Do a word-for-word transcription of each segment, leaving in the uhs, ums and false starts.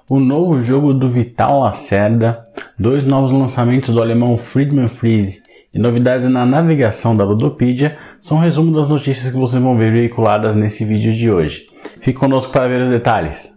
o novo jogo do Vital Lacerda, dois novos lançamentos do alemão Friedemann Friese e novidades na navegação da Ludopedia são um resumo das notícias que vocês vão ver veiculadas nesse vídeo de hoje. Fique conosco para ver os detalhes.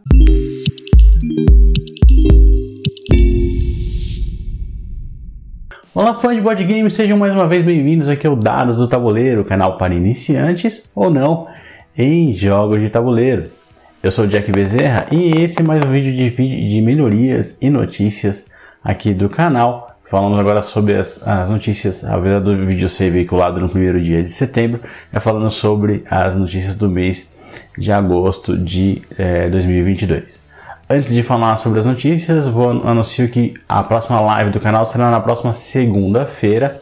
Olá, fãs de board games, sejam mais uma vez bem-vindos aqui ao Dados do Tabuleiro, canal para iniciantes ou não em jogos de tabuleiro. Eu sou o Jack Bezerra e esse é mais um vídeo de, de melhorias e notícias aqui do canal. Falamos agora sobre as, as notícias, apesar do vídeo ser veiculado no primeiro dia de setembro, é falando sobre as notícias do mês de agosto de eh, dois mil e vinte e dois. Antes de falar sobre as notícias, vou anuncio que a próxima live do canal será na próxima segunda-feira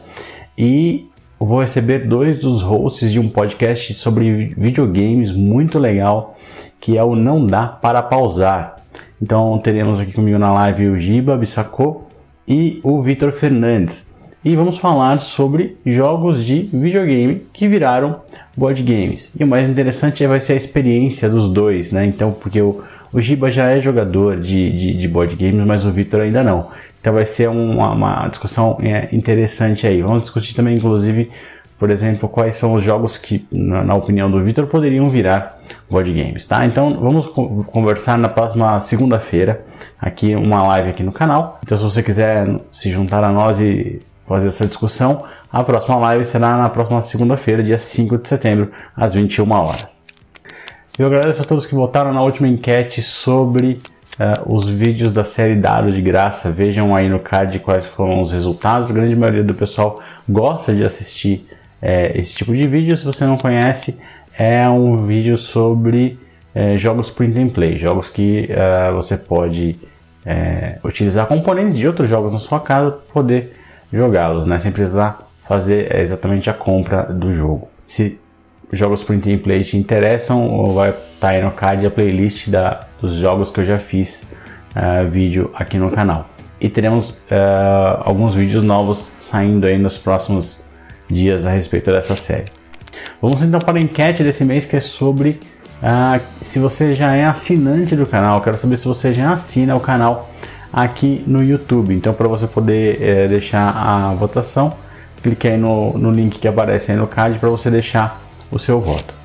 e vou receber dois dos hosts de um podcast sobre videogames muito legal, que é o Não Dá Para Pausar. Então teremos aqui comigo na live o Giba Bissacô e o Vitor Fernandes. E vamos falar sobre jogos de videogame que viraram board games. E o mais interessante vai ser a experiência dos dois, né? Então, porque o, o Giba já é jogador de, de, de board games, mas o Vitor ainda não. Então vai ser uma, uma discussão é, interessante aí. Vamos discutir também, inclusive, por exemplo, quais são os jogos que, na, na opinião do Vitor, poderiam virar board games, tá? Então vamos co- conversar na próxima segunda-feira, aqui uma live aqui no canal. Então se você quiser se juntar a nós e fazer essa discussão, a próxima live será na próxima segunda-feira, dia cinco de setembro, às vinte e uma horas. Eu agradeço a todos que votaram na última enquete sobre uh, os vídeos da série Dado de Graça. Vejam aí no card quais foram os resultados. A grande maioria do pessoal gosta de assistir uh, esse tipo de vídeo. Se você não conhece, é um vídeo sobre uh, jogos print and play, jogos que uh, você pode uh, utilizar componentes de outros jogos na sua casa para poder jogá-los, né? Sem precisar fazer exatamente a compra do jogo. Se jogos print and play te interessam, vai estar aí no card a playlist da, dos jogos que eu já fiz uh, vídeo aqui no canal. E teremos uh, alguns vídeos novos saindo aí nos próximos dias a respeito dessa série. Vamos então para a enquete desse mês, que é sobre uh, se você já é assinante do canal. Eu quero saber se você já assina o canal aqui no YouTube. Então, para você poder é, deixar a votação, clique aí no, no link que aparece aí no card para você deixar o seu voto.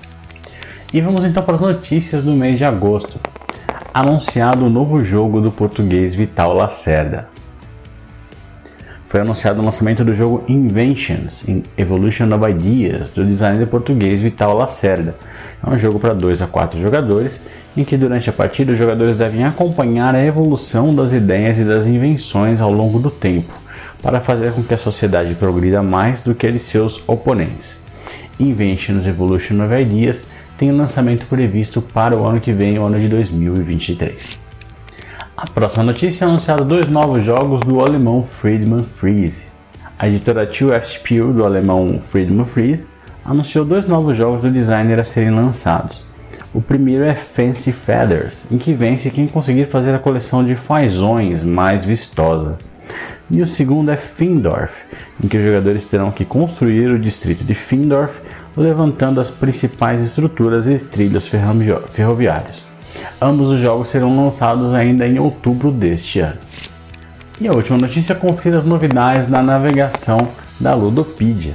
E vamos então para as notícias do mês de agosto. Anunciado o novo jogo do português Vital Lacerda. Foi anunciado o lançamento do jogo Inventions, Evolution of Ideas, do designer português Vital Lacerda. É um jogo para dois a quatro jogadores, em que durante a partida os jogadores devem acompanhar a evolução das ideias e das invenções ao longo do tempo, para fazer com que a sociedade progrida mais do que a de seus oponentes. Inventions Evolution of Ideas tem um lançamento previsto para o ano que vem, o ano de dois mil e vinte e três. A próxima notícia é anunciado dois novos jogos do alemão Friedemann Friese. A editora two F Spiel do alemão Friedemann Friese anunciou dois novos jogos do designer a serem lançados. O primeiro é Fancy Feathers, em que vence quem conseguir fazer a coleção de fazões mais vistosa. E o segundo é Findorf, em que os jogadores terão que construir o distrito de Findorf, levantando as principais estruturas e trilhos ferroviários. Ambos os jogos serão lançados ainda em outubro deste ano. E a última notícia, confira as novidades da navegação da Ludopedia.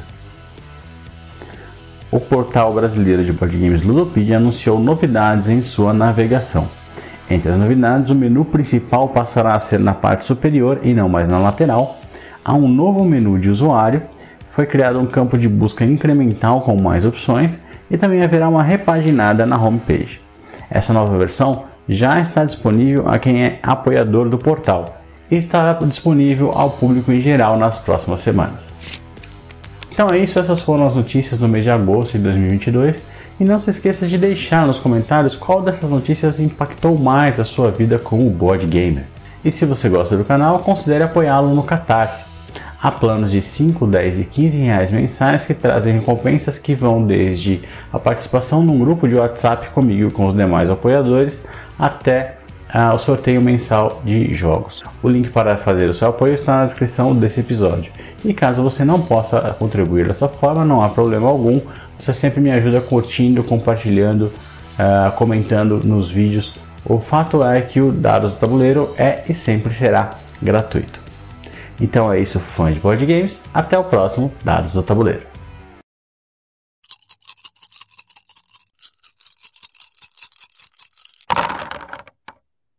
O portal brasileiro de board games Ludopedia anunciou novidades em sua navegação. Entre as novidades, o menu principal passará a ser na parte superior e não mais na lateral. Há um novo menu de usuário, foi criado um campo de busca incremental com mais opções e também haverá uma repaginada na homepage. Essa nova versão já está disponível a quem é apoiador do portal e estará disponível ao público em geral nas próximas semanas. Então é isso, essas foram as notícias do mês de agosto de dois mil e vinte e dois. E não se esqueça de deixar nos comentários qual dessas notícias impactou mais a sua vida como board gamer. E se você gosta do canal, considere apoiá-lo no Catarse. Há planos de cinco, dez e quinze reais mensais que trazem recompensas que vão desde a participação num grupo de WhatsApp comigo e com os demais apoiadores até uh, o sorteio mensal de jogos. O link para fazer o seu apoio está na descrição desse episódio. E caso você não possa contribuir dessa forma, não há problema algum. Você sempre me ajuda curtindo, compartilhando, uh, comentando nos vídeos O fato é que o Dados do Tabuleiro é e sempre será gratuito. Então é isso, fãs de board games. Até o próximo Dados do Tabuleiro.